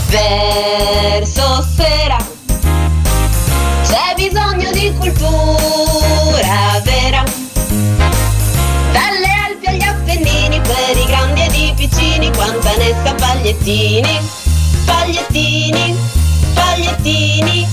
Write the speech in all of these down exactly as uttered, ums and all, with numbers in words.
Verso sera c'è bisogno di cultura vera, dalle Alpi agli Appennini, per i grandi ed i piccini, quanta ne sa pagliettini, pagliettini, pagliettini,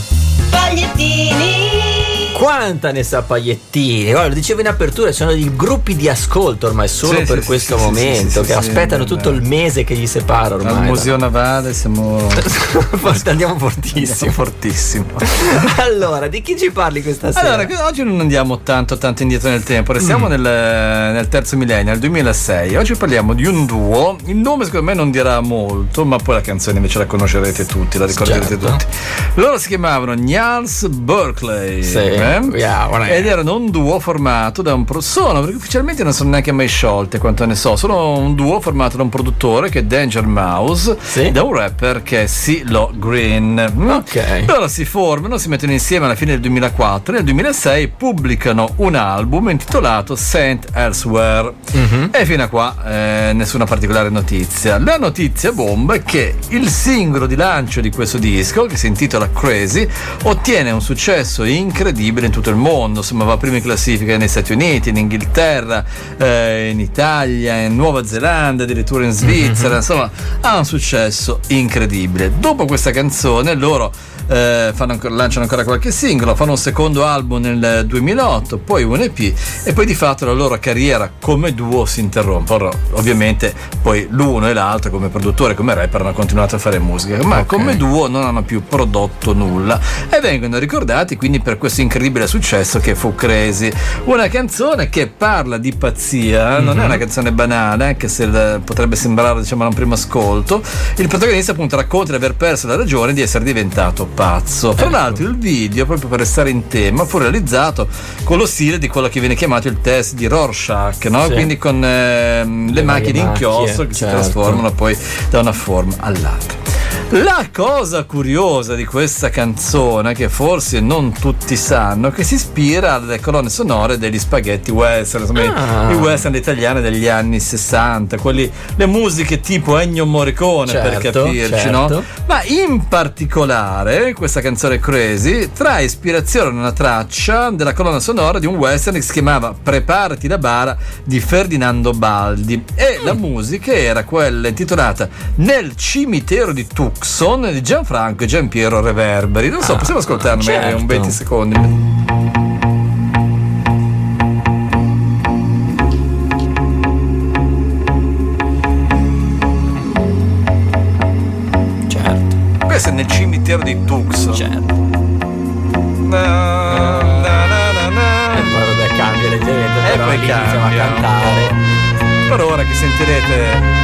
pagliettini. Quanta ne sa Pagliettini. Guarda, lo dicevo in apertura, sono dei gruppi di ascolto ormai solo sì, per sì, questo sì, momento sì, sì, che sì, aspettano sì, tutto sì. il mese che gli separa ormai. Al Museo Navale siamo Forse andiamo fortissimo. Andiamo fortissimo. Allora, di chi ci parli questa sera? Allora, oggi non andiamo tanto tanto indietro nel tempo, restiamo mm. nel, nel terzo millennio, nel duemilasei. Oggi parliamo di un duo. Il nome secondo me non dirà molto, ma poi la canzone invece la conoscerete tutti, la ricorderete certo. tutti. Loro si chiamavano Gnarls Barkley, sì. eh? yeah, ed erano un duo formato da un pro- sono, perché ufficialmente non sono neanche mai sciolte quanto ne so, sono un duo formato da un produttore che è Danger Mouse, sì. da un rapper che è CeeLo Green. Ok. Loro si formano, si mettono insieme alla fine del duemilaquattro e nel duemilasei pubblicano un album intitolato Saint Elsewhere. Mm-hmm. E fino a qua eh, nessuna particolare notizia. La notizia bomba è che il singolo di lancio di questo disco, che si intitola Crazy, ottiene un successo incredibile in tutto il mondo. Insomma, va prima in classifica negli Stati Uniti, in Inghilterra, eh, in Italia, in Nuova Zelanda, addirittura in Svizzera. Mm-hmm. Insomma, ha un successo incredibile. Dopo questa canzone loro eh, fanno ancora, lanciano ancora qualche singolo, fanno un secondo album nel duemilaotto, poi un E P, e poi di fatto la loro carriera come duo si interrompe. Ora, ovviamente poi l'uno e l'altro come produttore e come rapper hanno continuato a fare musica, ma okay. come duo non hanno più prodotto nulla e vengono ricordati quindi per questo incredibile successo che fu Crazy, una canzone che parla di pazzia. Mm-hmm. Non è una canzone banale, anche se il, potrebbe sembrare, diciamo, a un primo ascolto. Il protagonista appunto racconta di aver perso la ragione, di essere diventato pazzo. Fra ecco. l'altro il video, proprio per restare in tema, fu realizzato con lo stile di quello che viene chiamato il test di Rorschach, no? Sì. Quindi con eh, le, le macchie di inchiostro che certo. si trasformano poi da una forma all'altra. La cosa curiosa di questa canzone, che forse non tutti sanno, che si ispira alle colonne sonore degli spaghetti western, insomma, ah. i western italiani degli anni sessanta, quelli, le musiche tipo Ennio Morricone, certo, per capirci, certo. no? Ma in particolare questa canzone Crazy trae ispirazione da una traccia della colonna sonora di un western che si chiamava Preparati la bara di Ferdinando Baldi, e mm. la musica era quella intitolata Nel cimitero di Tucson di Gianfranco e Giampiero Reverberi. Non so, ah, possiamo ascoltarne certo. un venti secondi. Certo. Questo è Nel cimitero di Tucson. Certo. Na, na, na, na, na. E poi vabbè, cambia leggermente, e però poi lì iniziamo a cantare. Per ora che sentirete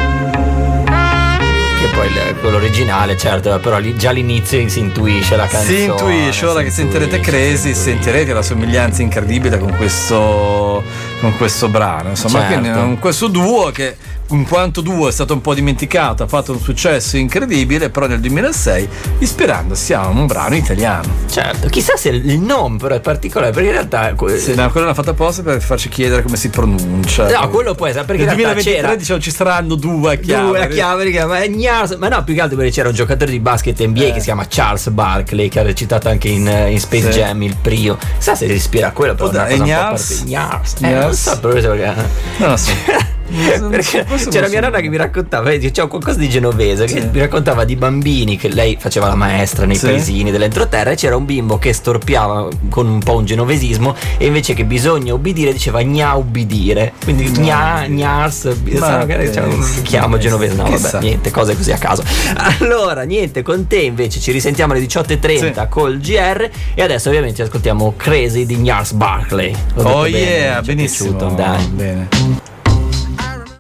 che poi quello originale, certo, però lì già all'inizio si intuisce la canzone. Si intuisce, ora che sentirete Crazy sentirete la somiglianza incredibile con questo con questo brano, insomma, certo. quindi con questo duo che in quanto duo è stato un po' dimenticato, ha fatto un successo incredibile, però nel duemilasei ispirandosi a un brano italiano. Certo, chissà se il nome però è particolare, perché in realtà sì, no, quello l'ha fatto apposta per farci chiedere come si pronuncia. No, quello può essere, perché nel in realtà duemilaventitré diciamo ci saranno due a chiave. Due a chiave, ma, Gnars, ma no, più che altro perché c'era un giocatore di basket N B A eh. che si chiama Charles Barkley, che ha recitato anche in, in Space sì. Jam il Prio. Chissà se si ispira a quello, però da, una cosa Gnars? un po' Gnars. Eh, non so perché. Non lo so. Perché c'era mia nonna che mi raccontava, c'era qualcosa di genovese che sì. mi raccontava di bambini che lei faceva la maestra nei sì. paesini dell'entroterra, e c'era un bimbo che storpiava con un po' un genovesismo, e invece che bisogna ubbidire diceva gna ubbidire, quindi no. gna gnars, c'era un richiamo genovese. No, vabbè, niente, cose così a caso. Allora niente, con te invece ci risentiamo alle diciotto e trenta sì. col G R, e adesso ovviamente ascoltiamo Crazy di Gnars Barkley. Oh yeah, benissimo, dai. Bene.